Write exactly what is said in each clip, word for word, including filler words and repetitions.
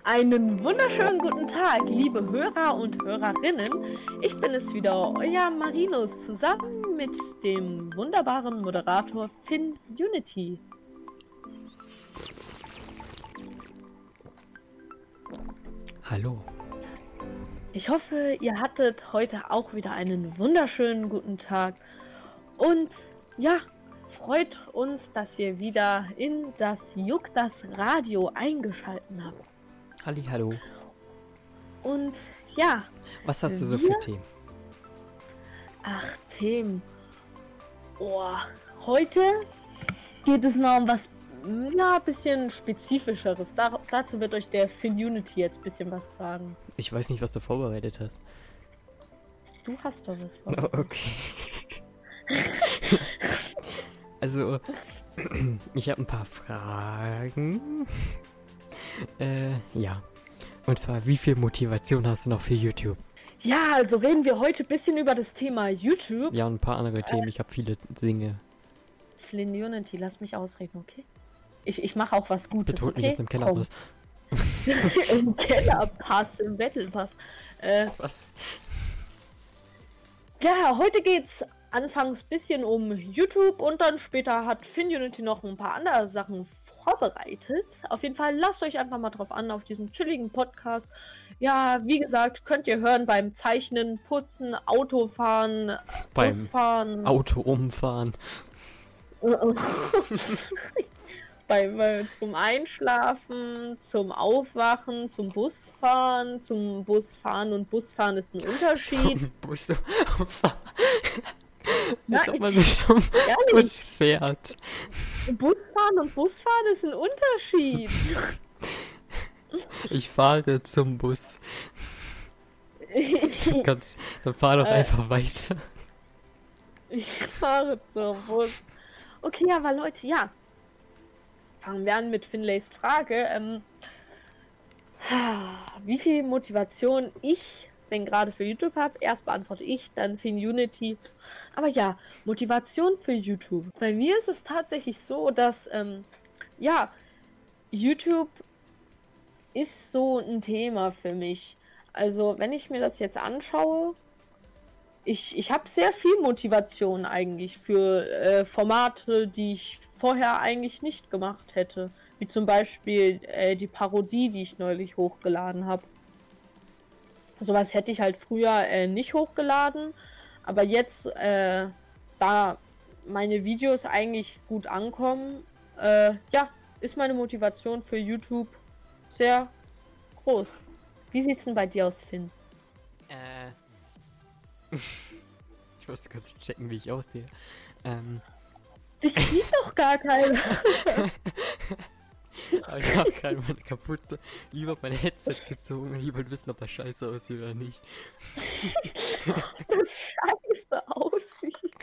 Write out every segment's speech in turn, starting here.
Einen wunderschönen guten Tag, liebe Hörer und Hörerinnen. Ich bin es wieder, euer Marinus, zusammen mit dem wunderbaren Moderator Finn Unity. Hallo. Ich hoffe, ihr hattet heute auch wieder einen wunderschönen guten Tag. Und ja, freut uns, dass ihr wieder in das Juck das Radio eingeschalten habt. Halli, hallo. Und ja. Was hast du so wir... für Themen? Ach, Themen. Oh, heute geht es mal um was, ja, ein bisschen Spezifischeres. Da, dazu wird euch der Finn Unity jetzt ein bisschen was sagen. Ich weiß nicht, was du vorbereitet hast. Du hast doch was Oh, vorbereitet. okay. Also, ich habe ein paar Fragen. Äh, ja. Und zwar, wie viel Motivation hast du noch für YouTube? Ja, also reden wir heute ein bisschen über das Thema YouTube. Ja, und ein paar andere äh, Themen. Ich habe viele Dinge. Finn Unity, lass mich ausreden, okay? Ich, ich mache auch was Gutes, Bitte holt okay? mich jetzt im Keller Komm. raus. Im Kellerpass, im Battle Pass. Äh, Was? Ja, heute geht's anfangs ein bisschen um YouTube und dann später hat Finn Unity noch ein paar andere Sachen vorbereitet. Auf jeden Fall lasst euch einfach mal drauf an, auf diesem chilligen Podcast. Ja, wie gesagt, könnt ihr hören beim Zeichnen, Putzen, Autofahren, Beim Busfahren. Auto umfahren. beim, äh, zum Einschlafen, zum Aufwachen, zum Busfahren, zum Busfahren und Busfahren ist ein Unterschied. Zum Bus umfahren. Als ob Nein, man sich zum ehrlich. Bus fährt. Busfahren und Busfahren ist ein Unterschied. Ich fahre zum Bus. Ganz, dann fahr doch Äh. einfach weiter. Ich fahre zum Bus. Okay, aber Leute, ja. Fangen wir an mit Finlays Frage. Ähm, wie viel Motivation ich denn gerade für YouTube habe? Erst beantworte ich, dann Finn Unity. Aber ja, Motivation für YouTube. Bei mir ist es tatsächlich so, dass, ähm, ja, YouTube ist so ein Thema für mich. Also, wenn ich mir das jetzt anschaue, ich, ich habe sehr viel Motivation eigentlich für äh, Formate, die ich vorher eigentlich nicht gemacht hätte. Wie zum Beispiel äh, die Parodie, die ich neulich hochgeladen habe. Sowas hätte ich halt früher äh, nicht hochgeladen. Aber jetzt, äh, da meine Videos eigentlich gut ankommen, äh, ja, ist meine Motivation für YouTube sehr groß. Wie sieht's denn bei dir aus, Finn? Äh. Ich musste kurz checken, wie ich aussehe. Ähm. Ich sieht doch gar keiner. Aber ich habe gerade meine Kapuze lieber mein Headset gezogen und ich wollte wissen, ob das scheiße aussieht oder nicht. Das scheiße aussieht.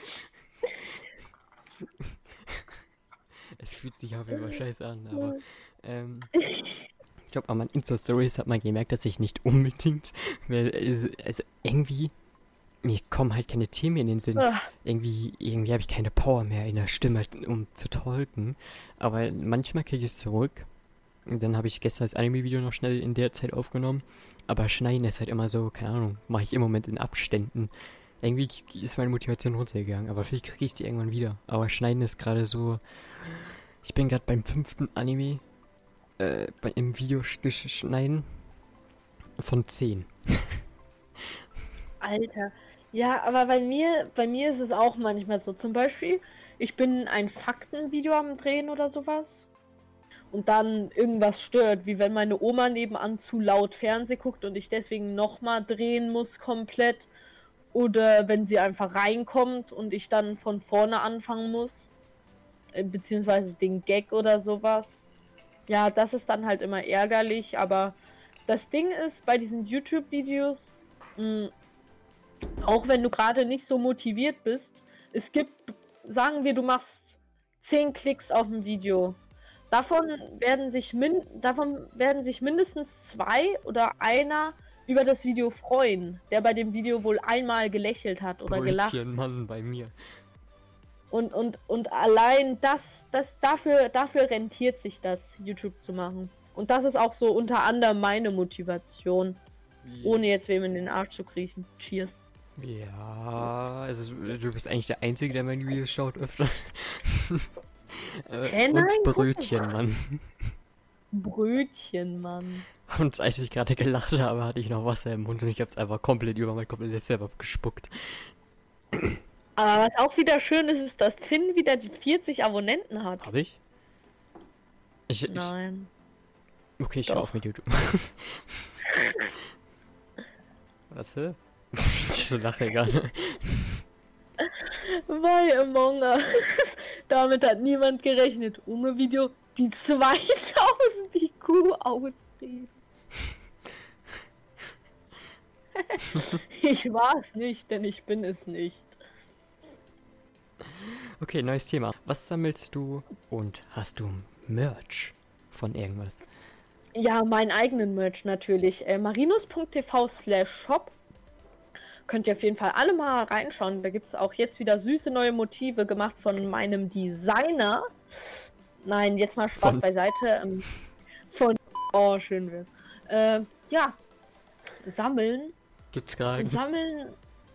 Es fühlt sich auf jeden Fall scheiße an, aber ähm, ich glaube, an meinen Insta-Stories hat man gemerkt, dass ich nicht unbedingt, weil, also, also irgendwie, mir kommen halt keine Themen in den Sinn. Ah. Irgendwie, irgendwie habe ich keine Power mehr in der Stimme, um zu talken. Aber manchmal kriege ich es zurück. Und dann habe ich gestern das Anime-Video noch schnell in der Zeit aufgenommen. Aber Schneiden ist halt immer so, keine Ahnung, mache ich im Moment in Abständen. Irgendwie ist meine Motivation runtergegangen, aber vielleicht kriege ich die irgendwann wieder. Aber Schneiden ist gerade so, ich bin gerade beim fünften Anime äh, bei, im Video sch- sch- schneiden von zehn. Alter. Ja, aber bei mir, bei mir ist es auch manchmal so. Zum Beispiel, ich bin ein Faktenvideo am Drehen oder sowas. Und dann irgendwas stört, wie wenn meine Oma nebenan zu laut Fernseh guckt und ich deswegen nochmal drehen muss komplett. Oder wenn sie einfach reinkommt und ich dann von vorne anfangen muss. Äh, beziehungsweise den Gag oder sowas. Ja, das ist dann halt immer ärgerlich. Aber das Ding ist, bei diesen YouTube-Videos, mh, auch wenn du gerade nicht so motiviert bist, es gibt, sagen wir, du machst zehn Klicks auf ein Video. Davon werden sich, min- davon werden sich mindestens zwei oder einer über das Video freuen, der bei dem Video wohl einmal gelächelt hat oder gelacht. Mann bei mir. Und, und, und allein das, das dafür, dafür rentiert sich das, YouTube zu machen. Und das ist auch so unter anderem meine Motivation. Wie- Ohne jetzt wem in den Arsch zu kriechen. Cheers. Ja, also du bist eigentlich der Einzige, der meine Videos schaut öfter. äh, Hä, und nein, Brötchen, Mann. Brötchen, Mann. Und als ich gerade gelacht habe, hatte ich noch Wasser im Mund und ich hab's einfach komplett über mein komplettes selber gespuckt. Aber was auch wieder schön ist, ist, dass Finn wieder die vierzig Abonnenten hat. Hab ich? Ich, ich Nein. Okay, ich schau Doch. auf mit YouTube. Warte. Diese Lache, egal. Bei Among Us. Damit hat niemand gerechnet. Ohne Video die zweitausend I Q ausreden. Ich war es nicht, denn ich bin es nicht. Okay, neues Thema. Was sammelst du und hast du Merch von irgendwas? Ja, meinen eigenen Merch natürlich. Äh, marinus.tv slash shop. Könnt ihr auf jeden Fall alle mal reinschauen. Da gibt es auch jetzt wieder süße neue Motive gemacht von meinem Designer. Nein, jetzt mal Spaß Von- beiseite. Ähm, von. Oh, schön wär's. Äh, ja. Sammeln. Gibt's gerade? Sammeln.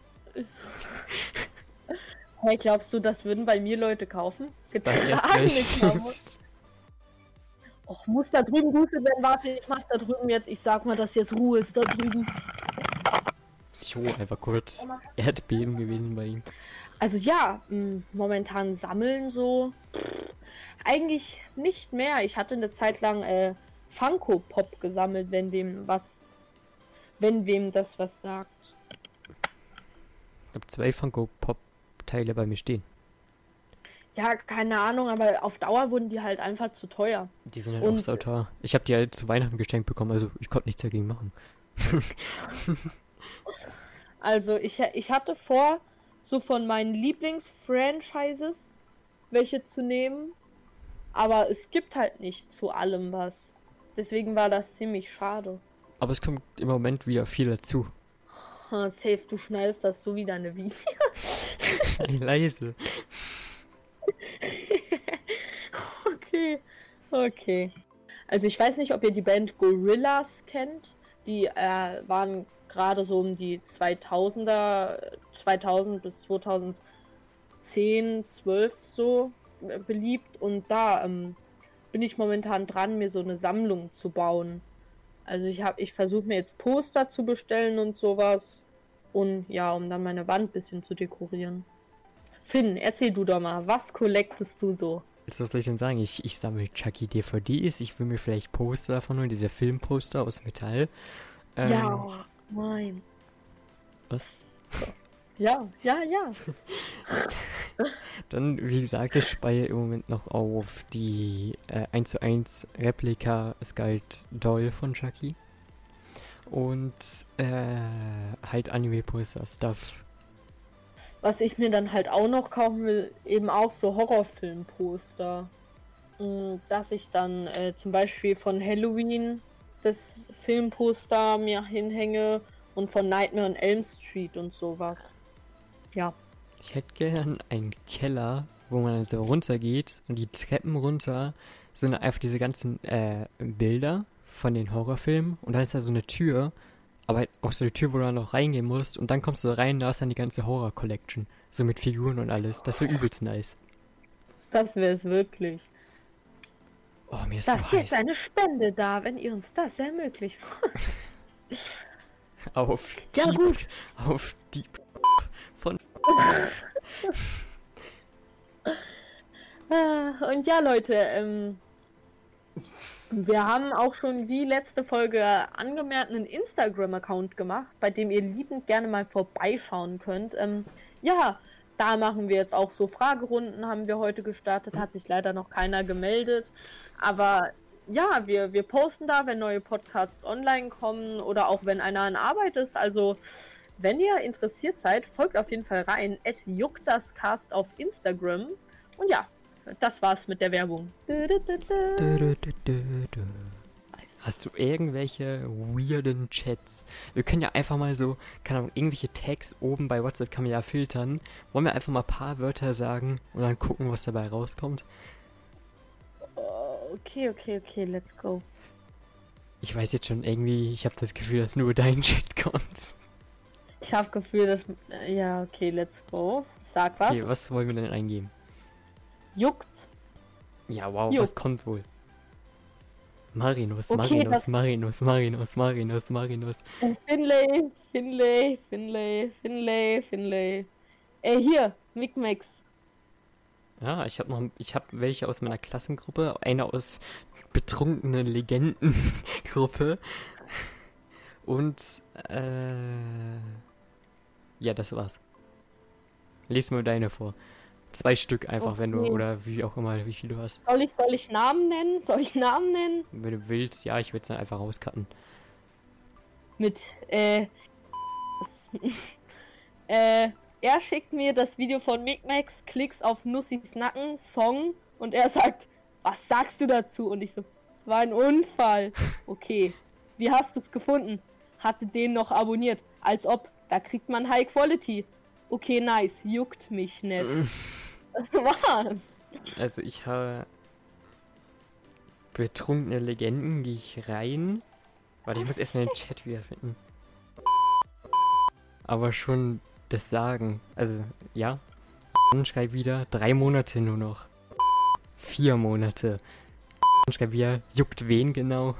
Hey, glaubst du, das würden bei mir Leute kaufen? Dann erst Getragen recht. nicht. Och, muss da drüben gut werden. Warte, ich mach da drüben jetzt. Ich sag mal, dass jetzt Ruhe ist da drüben. Jo, einfach kurz. Erdbeben gewesen bei ihm. Also ja, mh, momentan sammeln so. Pff, eigentlich nicht mehr. Ich hatte eine Zeit lang äh, Funko Pop gesammelt, wenn wem was. Wenn wem das was sagt. Ich habe zwei Funko Pop Teile bei mir stehen. Ja, keine Ahnung, aber auf Dauer wurden die halt einfach zu teuer. Die sind halt Und- auch sautar. Ich habe die halt zu Weihnachten geschenkt bekommen, also ich konnte nichts dagegen machen. Also ich, ich hatte vor, so von meinen Lieblingsfranchises welche zu nehmen, aber es gibt halt nicht zu allem was. Deswegen war das ziemlich schade. Aber es kommt im Moment wieder viel dazu. Ha, safe, du schneidest das so wie deine Video. Sei leise. Okay, okay. Also ich weiß nicht, ob ihr die Band Gorillaz kennt. Die äh, waren gerade so um die zweitausender, zweitausend bis zweitausendzehn, zwölf so äh, beliebt. Und da ähm, bin ich momentan dran, mir so eine Sammlung zu bauen. Also ich habe, ich versuche mir jetzt Poster zu bestellen und sowas. Und ja, um dann meine Wand ein bisschen zu dekorieren. Finn, erzähl du doch mal, was collectest du so? Jetzt, was soll ich denn sagen? Ich, ich sammle Chucky D V Ds, ich will mir vielleicht Poster davon holen, diese Filmposter aus Metall. Ähm, Ja, nein. Was? Ja, ja, ja. Dann, wie gesagt, ich speie im Moment noch auf die äh, eins zu eins Replika Skald Doll von Chucky. Und äh, halt Anime-Poster-Stuff. Was ich mir dann halt auch noch kaufen will, eben auch so Horrorfilm-Poster. Mm, Dass ich dann äh, zum Beispiel von Halloween das Filmposter mir hinhänge und von Nightmare on Elm Street und sowas. Ja. Ich hätte gern einen Keller, wo man so runtergeht und die Treppen runter sind dann einfach diese ganzen äh, Bilder von den Horrorfilmen und dann ist da so eine Tür, aber halt auch so eine Tür, wo du dann noch reingehen musst und dann kommst du rein, da ist dann die ganze Horror-Collection. So mit Figuren und alles. Das wäre übelst nice. Das wäre es wirklich. Oh, mir ist Da so ist jetzt heiß. eine Spende da, wenn ihr uns das ermöglicht. Auf Ja, die, gut. auf die von Ah, Und ja, Leute, ähm, wir haben auch schon wie letzte Folge angemerkt einen Instagram-Account gemacht, bei dem ihr liebend gerne mal vorbeischauen könnt. Ähm, ja, da machen wir jetzt auch so Fragerunden, haben wir heute gestartet, hat sich leider noch keiner gemeldet. Aber ja, wir, wir posten da, wenn neue Podcasts online kommen oder auch wenn einer an Arbeit ist. Also, wenn ihr interessiert seid, folgt auf jeden Fall rein. at juckdascast auf Instagram. Und ja, das war's mit der Werbung. Du, du, du, du. Dö, dö, dö, dö, dö. Hast du irgendwelche weirden Chats? Wir können ja einfach mal so, keine Ahnung, irgendwelche Tags oben bei WhatsApp kann man ja filtern. Wollen wir einfach mal ein paar Wörter sagen und dann gucken, was dabei rauskommt? Oh, okay, okay, okay, let's go. Ich weiß jetzt schon irgendwie, ich habe das Gefühl, dass nur dein Shit kommt. Ich habe Gefühl, dass... Ja, okay, let's go. Sag was. Okay, was wollen wir denn eingeben? Juckt. Ja, wow, Juckt. was kommt wohl? Marinus, Okay, Marinus, das- Marinus, Marinus, Marinus, Marinus. Finlay, Finlay, Finlay, Finlay, Finlay. Äh, hier, Micmacs. Ja, ich habe noch, ich habe welche aus meiner Klassengruppe, eine aus betrunkenen Legendengruppe und äh, ja, das war's. Lies mal deine vor. Zwei Stück einfach, wenn du, Okay. oder wie auch immer, wie viel du hast. Soll ich, soll ich Namen nennen? Soll ich Namen nennen? Wenn du willst, ja, ich würde es dann einfach rauscutten. Mit, äh, das- äh, er schickt mir das Video von Micmacs, Klicks auf Nussis Nacken, Song, und er sagt, was sagst du dazu? Und ich so, es war ein Unfall. Okay, wie hast du es gefunden? Hatte den noch abonniert, als ob, da kriegt man High Quality. Okay, nice, juckt mich nicht. Das war's. Also ich habe betrunkene Legenden, gehe ich rein. Warte, ich muss erstmal den Chat wiederfinden. Aber schon das Sagen. Also, ja. Schreibt wieder, drei Monate nur noch. Vier Monate. Schreibt wieder, juckt wen genau?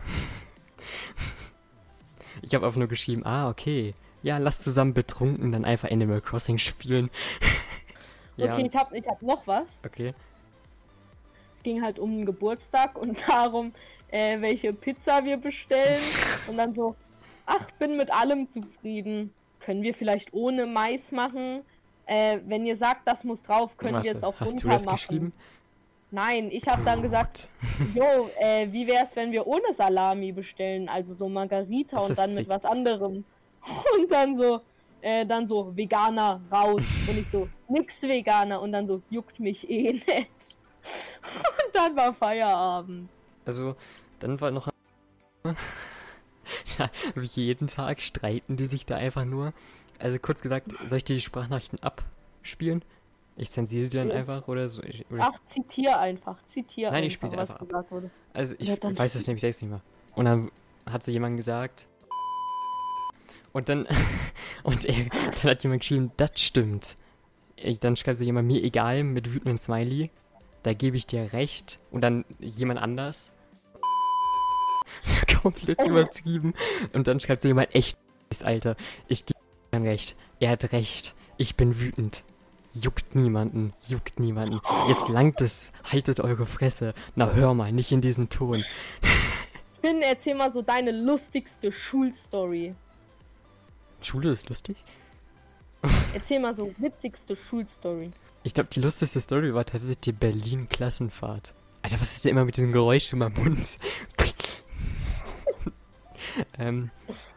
Ich habe einfach nur geschrieben, ah, okay. Ja, lass zusammen betrunken dann einfach Animal Crossing spielen. Ja, Okay, ich hab, ich hab noch was. okay. Es ging halt um den Geburtstag und darum, äh, welche Pizza wir bestellen. Und dann so, ach, bin mit allem zufrieden. Können wir vielleicht ohne Mais machen? Äh, wenn ihr sagt, das muss drauf, können wir Warte, es auch hast runter du das machen. geschrieben? Nein, ich habe dann gesagt, jo, äh, wie wär's, wenn wir ohne Salami bestellen? Also so Margarita Das und ist dann mit sick. was anderem. Und dann so, äh, dann so, Veganer raus. Und ich so, nix Veganer. Und dann so, juckt mich eh nicht. Und dann war Feierabend. Also, dann war noch... Ja, wie jeden Tag streiten die sich da einfach nur. Also kurz gesagt, soll ich dir die Sprachnachrichten abspielen? Ich zensiere die dann Ja. einfach oder so. Ich, oder Ach, zitier einfach, zitier Nein, einfach, ich spiele sie was einfach ab. gesagt wurde. Also ich Ja, dann weiß es nämlich selbst nicht mehr. Und dann hat so jemand gesagt... Und dann... und er, dann hat jemand geschrieben, das stimmt. Ich, dann schreibt so jemand, mir egal, mit wütendem Smiley. Da gebe ich dir recht. Und dann jemand anders. So komplett übertrieben. Und dann schreibt so jemand, echt, Alter, ich gebe ihm recht. Er hat recht. Ich bin wütend. Juckt niemanden. Juckt niemanden. Jetzt langt es. Haltet eure Fresse. Na hör mal, nicht in diesen Ton. Finn, erzähl mal so deine lustigste Schulstory. Schule ist lustig. Erzähl mal so witzigste Schulstory. Ich glaube, die lustigste Story war tatsächlich die Berlin-Klassenfahrt. Alter, was ist denn immer mit diesem Geräusch in meinem Mund? ähm,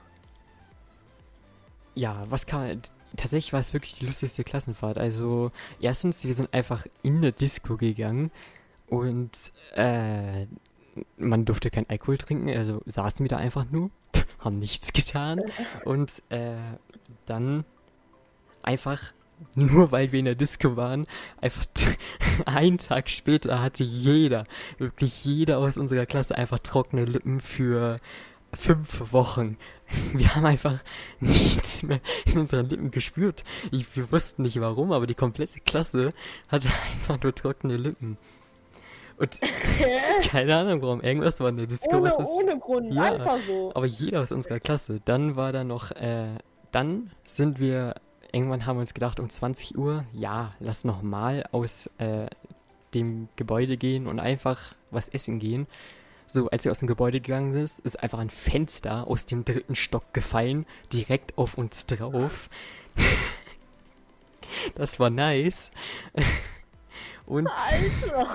ja, was kann man... Tatsächlich war es wirklich die lustigste Klassenfahrt. Also, erstens, wir sind einfach in eine Disco gegangen und äh, man durfte kein Alkohol trinken, also saßen wir da einfach nur, haben nichts getan und äh, dann einfach, nur weil wir in der Disco waren, einfach einen Tag später hatte jeder, wirklich jeder aus unserer Klasse einfach trockene Lippen für fünf Wochen. Wir haben einfach nichts mehr in unseren Lippen gespürt. Ich, wir wussten nicht warum, aber die komplette Klasse hatte einfach nur trockene Lippen. Und keine Ahnung warum, irgendwas war in der Disco. Ohne, was ist, ohne Grund, Ja. einfach so. aber jeder aus unserer Klasse. Dann war da noch, äh, dann sind wir, irgendwann haben wir uns gedacht, um zwanzig Uhr, ja, lass noch mal aus äh, dem Gebäude gehen und einfach was essen gehen. So, als wir aus dem Gebäude gegangen sind, ist einfach ein Fenster aus dem dritten Stock gefallen, direkt auf uns drauf. Das war nice. Und Alter.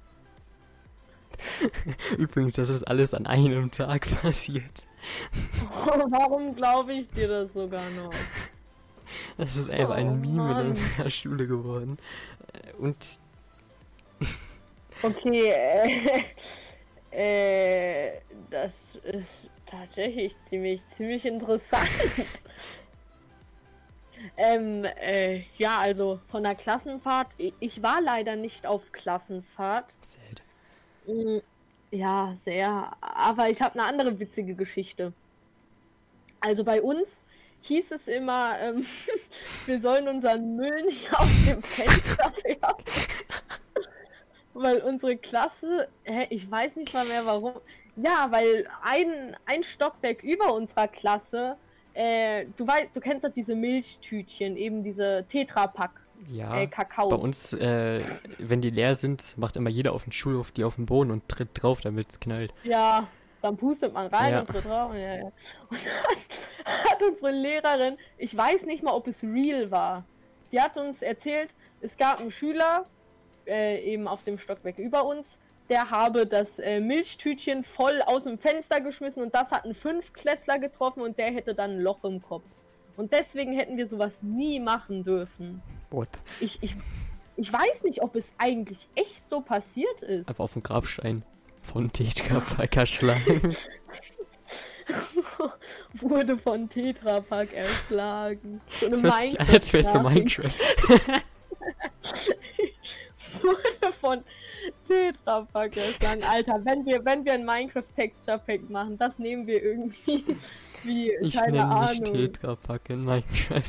übrigens, das ist alles an einem Tag passiert. Warum glaube ich dir das sogar noch? Das ist einfach Oh, ein Meme Mann. in unserer Schule geworden. Und Okay, äh, äh, das ist tatsächlich ziemlich, ziemlich interessant. ähm, äh, ja, also von der Klassenfahrt, ich, ich war leider nicht auf Klassenfahrt. Zählt. Mm, Ja, sehr. Aber ich habe eine andere witzige Geschichte. Also bei uns hieß es immer, ähm, wir sollen unseren Müll nicht aus dem Fenster werfen. Weil unsere Klasse, hä, ich weiß nicht mal mehr warum. Ja, weil ein, ein Stockwerk über unserer Klasse, äh, du weißt, du kennst doch diese Milchtütchen, eben diese Tetrapack. Ja, Äh, Kakaos. bei uns, äh, wenn die leer sind, macht immer jeder auf den Schulhof die auf den Boden und tritt drauf, damit es knallt. Ja, dann pustet man rein Ja. und tritt drauf. Ja, ja. Und dann hat unsere Lehrerin, ich weiß nicht mal, ob es real war, die hat uns erzählt, es gab einen Schüler, äh, eben auf dem Stockwerk über uns, der habe das äh, Milchtütchen voll aus dem Fenster geschmissen und das hat einen Fünftklässler getroffen und der hätte dann ein Loch im Kopf. Und deswegen hätten wir sowas nie machen dürfen. What? Ich, ich, ich weiß nicht, ob es eigentlich echt so passiert ist. Einfach auf dem Grabstein von Tetrapack erschlagen. Wurde von Tetrapack erschlagen. So eine Das hört sich an, als wär's für Minecraft. Wurde von Tetrapack erschlagen. Alter, wenn wir, wenn wir ein Minecraft Texture Pack machen, das nehmen wir irgendwie wie, Ich keine nenne Ahnung. mich Tetrapack in Minecraft.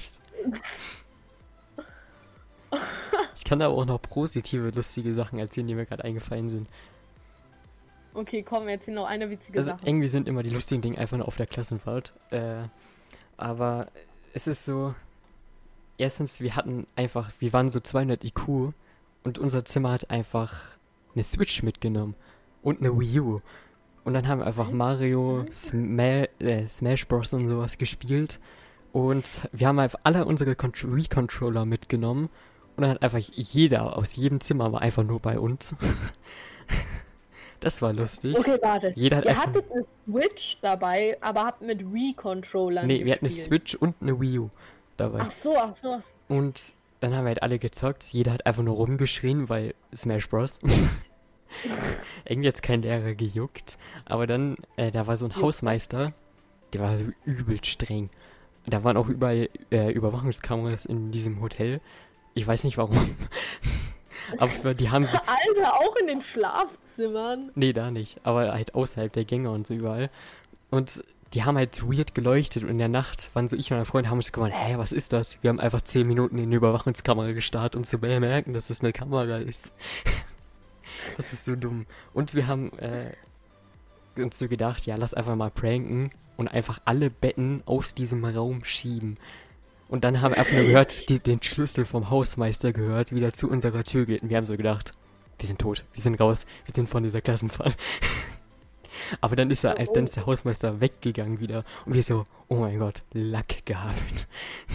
Ich kann aber auch noch positive, lustige Sachen erzählen, die mir gerade eingefallen sind. Okay, komm, erzähl noch eine witzige Also Sache. irgendwie sind immer die lustigen Dinge einfach nur auf der Klassenfahrt. Äh, aber es ist so, erstens, wir hatten einfach, wir waren so zweihundert I Q und unser Zimmer hat einfach eine Switch mitgenommen und eine Wii U. Und dann haben wir einfach Mario, Sma äh, Smash Bros. Und sowas gespielt. Und wir haben einfach alle unsere Con Wii-Controller mitgenommen. Und dann hat einfach jeder aus jedem Zimmer war einfach nur bei uns. Das war lustig. Okay, warte. Jeder hat Ihr einfach... hattet eine Switch dabei, aber habt mit Wii-Controllern Nee, wir hatten eine gespielt. Switch und eine Wii U dabei. Ach so, ach so, ach so. Und dann haben wir halt alle gezockt. Jeder hat einfach nur rumgeschrien, weil Smash Bros. Irgendwie hat's kein Lehrer gejuckt. Aber dann, äh, da war so ein Hausmeister, der war so übel streng. Da waren auch überall äh, Überwachungskameras in diesem Hotel. Ich weiß nicht warum. Aber die haben sie... Alter, auch in den Schlafzimmern. Nee, da nicht. Aber halt außerhalb der Gänge und so überall. Und die haben halt weird geleuchtet. Und in der Nacht waren so ich und mein Freund haben uns gemeint, hä, was ist das? Wir haben einfach zehn Minuten in die Überwachungskamera gestarrt, um zu bemerken, dass das eine Kamera ist. Das ist so dumm. Und wir haben äh, uns so gedacht, ja, lass einfach mal pranken und einfach alle Betten aus diesem Raum schieben. Und dann haben wir einfach nur gehört, die, den Schlüssel vom Hausmeister gehört, wie der zu unserer Tür geht. Und wir haben so gedacht, wir sind tot, wir sind raus, wir sind von dieser Klassenfahrt. Aber dann ist, er, Oh, oh. dann ist der Hausmeister weggegangen wieder. Und wir so, oh mein Gott, Lack gehabt.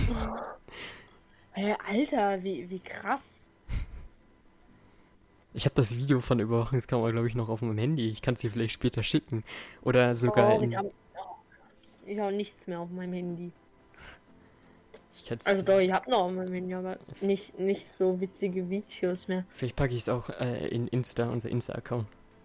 Hä, Alter, wie, wie krass. Ich habe das Video von der Überwachungskamera, glaube ich, noch auf meinem Handy. Ich kann es dir vielleicht später schicken. Oder sogar Oh, in... ich habe ich hab nichts mehr auf meinem Handy. Ich kann's, Also doch, ich habe noch auf meinem Handy, aber nicht, nicht so witzige Videos mehr. vielleicht packe ich es auch äh, in Insta, unser Insta-Account.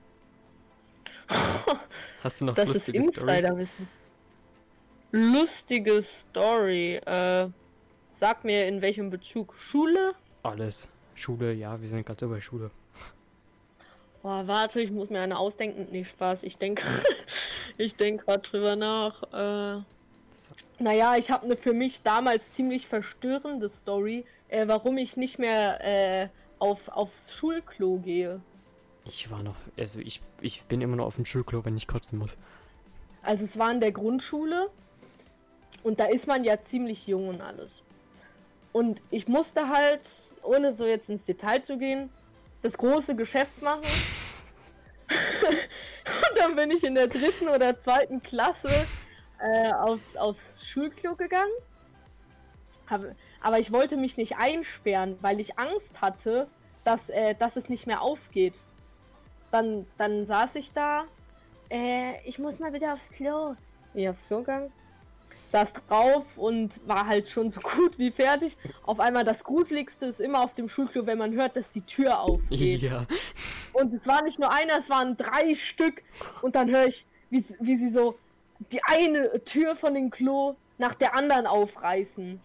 Hast du noch Das ist lustige Stories? Insiderwissen. Lustige Story. Äh, sag mir in welchem Bezug. Schule? Alles. Schule, ja, wir sind gerade über Schule. Boah, warte, ich muss mir eine ausdenken. Nee, Spaß. Ich denke ich denk gerade drüber nach. Äh, naja, ich habe eine für mich damals ziemlich verstörende Story, äh, warum ich nicht mehr äh, auf, aufs Schulklo gehe. Ich war noch, also ich, ich bin immer noch auf dem Schulklo, wenn ich kotzen muss. Also es war in der Grundschule und da ist man ja ziemlich jung und alles. Und ich musste halt, ohne so jetzt ins Detail zu gehen, das große Geschäft machen. Und dann bin ich in der dritten oder zweiten Klasse äh, aufs, aufs Schulklo gegangen. Hab, aber ich wollte mich nicht einsperren, weil ich Angst hatte, dass, äh, dass es nicht mehr aufgeht. Dann, dann saß ich da. Äh, ich muss mal bitte aufs Klo. Bin ich aufs Klo gegangen. Saß drauf und war halt schon so gut wie fertig. Auf einmal das Gruseligste ist immer auf dem Schulklo, wenn man hört, dass die Tür aufgeht. Ja. Und es war nicht nur einer, es waren drei Stück. Und dann höre ich, wie, wie sie so die eine Tür von dem Klo nach der anderen aufreißen.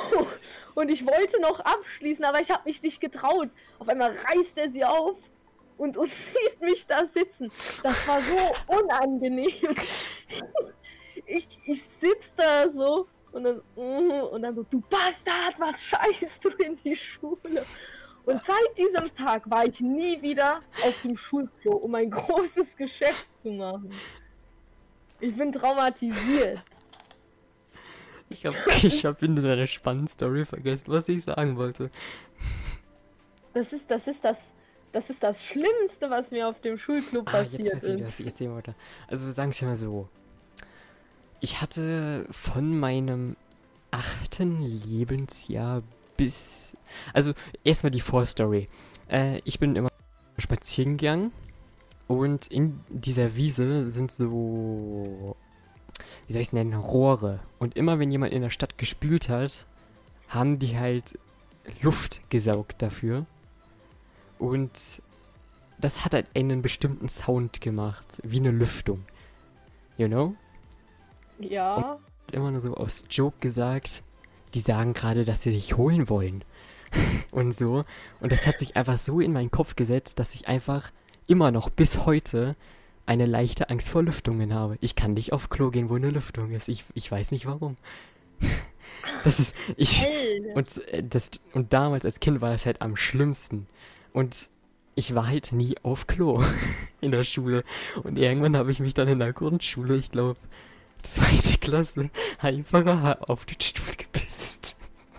Und ich wollte noch abschließen, aber ich habe mich nicht getraut. Auf einmal reißt er sie auf und, und sieht mich da sitzen. Das war so unangenehm. Ich, ich sitze da so und dann, und dann so, du Bastard, was scheißt du in die Schule? Und seit diesem Tag war ich nie wieder auf dem Schulklo, um ein großes Geschäft zu machen. Ich bin traumatisiert. Ich hab, ich hab in deiner spannenden Story vergessen, was ich sagen wollte. Das ist, das ist das, das ist das Schlimmste, was mir auf dem Schulclub Ah, passiert jetzt weiß ich, ist. was ich erzählen wollte. Also sagen wir mal so. Ich hatte von meinem achten Lebensjahr bis... Also erstmal die Vorstory. Äh, ich bin immer spazieren gegangen und in dieser Wiese sind so... Wie soll ich es nennen? Rohre. Und immer wenn jemand in der Stadt gespült hat, haben die halt Luft gesaugt dafür. Und das hat halt einen bestimmten Sound gemacht, wie eine Lüftung. You know? Ja. Und immer nur so aus Joke gesagt, die sagen gerade, dass sie dich holen wollen. Und so. Und das hat sich einfach so in meinen Kopf gesetzt, dass ich einfach immer noch bis heute eine leichte Angst vor Lüftungen habe. Ich kann nicht auf Klo gehen, wo eine Lüftung ist. Ich, ich weiß nicht warum. Das ist... Ich, und, äh, das, und damals als Kind war das halt am schlimmsten. Und ich war halt nie auf Klo in der Schule. Und irgendwann habe ich mich dann in der Grundschule, ich glaube, zweite Klasse, einfach auf den Stuhl gepisst.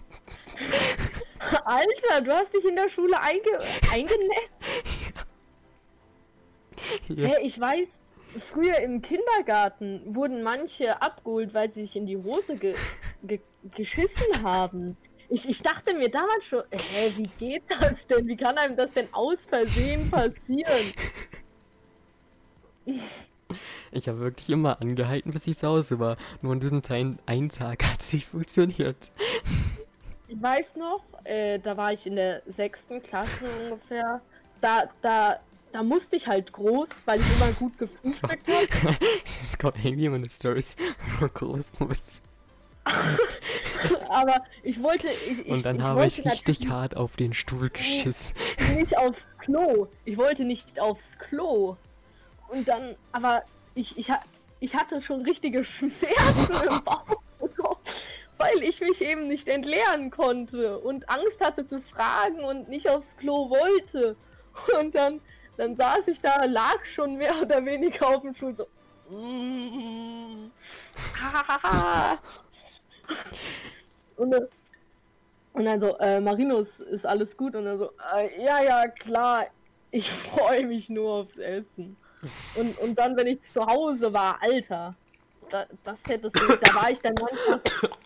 Alter, du hast dich in der Schule einge eingenetzt? Ja. Hä, ich weiß, früher im Kindergarten wurden manche abgeholt, weil sie sich in die Hose ge ge geschissen haben. Ich, ich dachte mir damals schon, hä, wie geht das denn? Wie kann einem das denn aus Versehen passieren? Ich habe wirklich immer angehalten, bis ich zu Hause war. Nur an diesem Teil, einen Tag hat es nicht funktioniert. Ich weiß noch, äh, da war ich in der sechsten Klasse ungefähr. Da, da, da musste ich halt groß, weil ich immer gut gefrühstückt habe. Es kommt irgendwie immer eine Story, wo man groß muss. Aber ich wollte... Ich, ich, Und dann ich habe wollte ich richtig hart auf den Stuhl geschissen. Nicht aufs Klo. Ich wollte nicht aufs Klo. Und dann, aber ich, ich, ich hatte schon richtige Schmerzen im Bauch bekommen, weil ich mich eben nicht entleeren konnte und Angst hatte zu fragen und nicht aufs Klo wollte. Und dann, dann saß ich da, lag schon mehr oder weniger auf dem Stuhl so. Mm, und, dann, und dann so, äh, Marinus, ist alles gut? Und dann so, äh, ja, ja, klar, ich freue mich nur aufs Essen. Und, und dann, wenn ich zu Hause war, Alter, da, das hättest du, da war ich dann manchmal...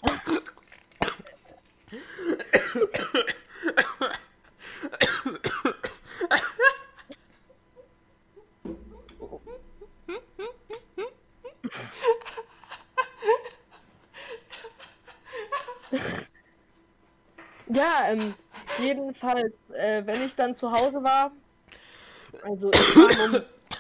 Ja, ähm, jedenfalls, äh, wenn ich dann zu Hause war, also ich kam um...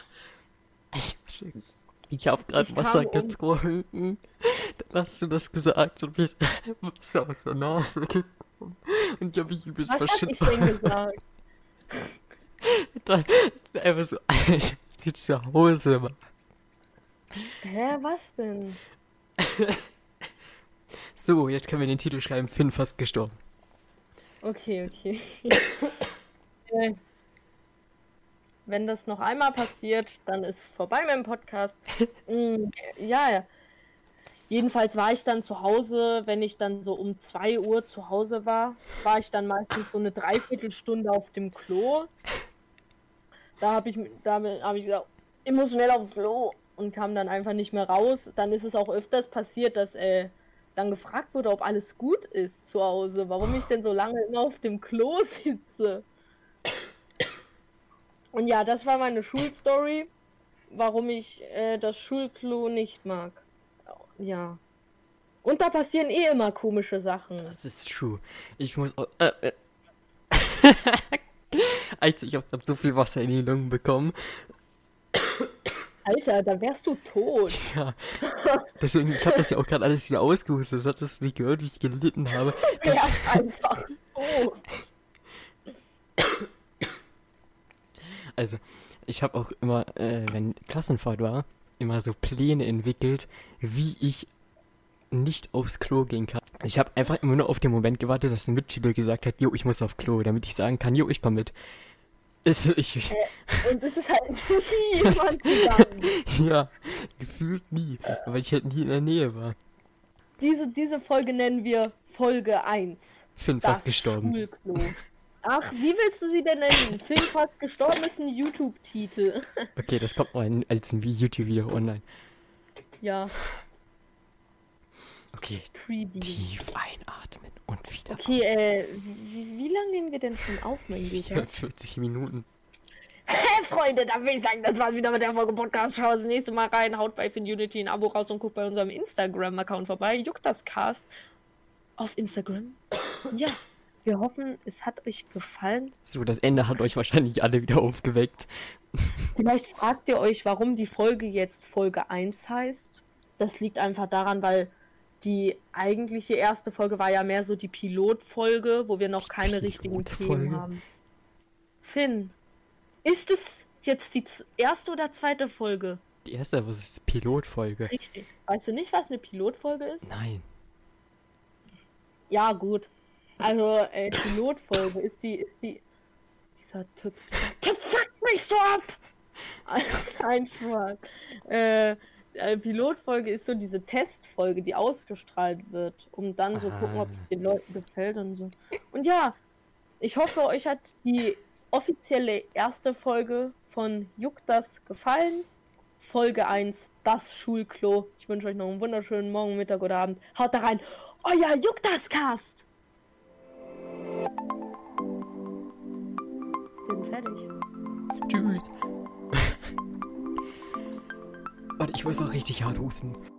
Ich habe gerade Wasser um... getrunken, dann hast du das gesagt und mich Wasser aus der Nase gekommen und ich habe mich übelst verschüttet. Was hab ich denn gesagt? da, einfach so, Alter, die zu Hause war. Hä, was denn? So, jetzt können wir den Titel schreiben, Finn fast gestorben. Okay, okay. äh, wenn das noch einmal passiert, dann ist vorbei mit dem Podcast. mm, ja, ja. Jedenfalls war ich dann zu Hause, wenn ich dann so um zwei Uhr zu Hause war, war ich dann meistens so eine Dreiviertelstunde auf dem Klo. Da habe ich, damit habe ich gesagt, ich muss schnell aufs Klo und kam dann einfach nicht mehr raus. Dann ist es auch öfters passiert, dass äh, dann gefragt wurde, ob alles gut ist zu Hause, warum ich denn so lange immer auf dem Klo sitze. Und ja, das war meine Schulstory, warum ich äh, das Schulklo nicht mag. Ja. Und da passieren eh immer komische Sachen. Das ist true. Ich muss auch... Äh, äh. Alter, ich habe gerade so viel Wasser in die Lungen bekommen. Alter, da wärst du tot. Ja, deswegen, ich habe das ja auch gerade alles wieder ausgehustet. Das hattest du nicht gehört, wie ich gelitten habe. Du wärst einfach tot. Also, ich habe auch immer, äh, wenn Klassenfahrt war, immer so Pläne entwickelt, wie ich nicht aufs Klo gehen kann. Ich habe einfach immer nur auf den Moment gewartet, dass ein Mitschüler gesagt hat, jo, ich muss auf Klo, damit ich sagen kann, jo, ich komm mit. Es, ich, Äh, und es ist halt nie jemand gegangen. ja, gefühlt nie, weil ich halt nie in der Nähe war. Diese, diese Folge nennen wir Folge eins. Finn Das fast gestorben. Schulklo. Ach, wie willst du sie denn nennen? Finn fast gestorben ist ein YouTube-Titel. Okay, das kommt mal in, als ein YouTube-Video online. Ja, Okay, creepy. tief einatmen und wieder Okay, äh, wie, wie lange nehmen wir denn schon auf, mein Lieber? vierundvierzig Minuten. Hey, Freunde, da will ich sagen, das war's wieder mit der Folge Podcast. Schaut das nächste Mal rein, haut bei Finunity ein Abo raus und guckt bei unserem Instagram-Account vorbei. Juckt das Cast auf Instagram. Ja, wir hoffen, es hat euch gefallen. So, das Ende hat euch wahrscheinlich alle wieder aufgeweckt. Vielleicht fragt ihr euch, warum die Folge jetzt Folge eins heißt. Das liegt einfach daran, weil die eigentliche erste Folge war ja mehr so die Pilotfolge, wo wir noch keine richtigen Pilotfolge? Themen haben. Finn, ist es jetzt die z- erste oder zweite Folge? Die erste, was ist Pilotfolge? Richtig. Weißt du nicht, was eine Pilotfolge ist? Nein. Ja, gut. Also, äh, Pilotfolge ist die, ist die. Dieser Typ. Dieser Typ fuckt mich so ab! Ein Spaß. Äh, äh, Pilotfolge ist so diese Testfolge, die ausgestrahlt wird, um dann so Ah. gucken, ob es den Leuten gefällt und so. Und ja, ich hoffe, euch hat die offizielle erste Folge von Juckt das gefallen. Folge eins, das Schulklo. Ich wünsche euch noch einen wunderschönen Morgen, Mittag oder Abend. Haut da rein. Euer Juckt das Cast. Wir sind fertig. Tschüss. Warte, ich muss noch richtig hart husten.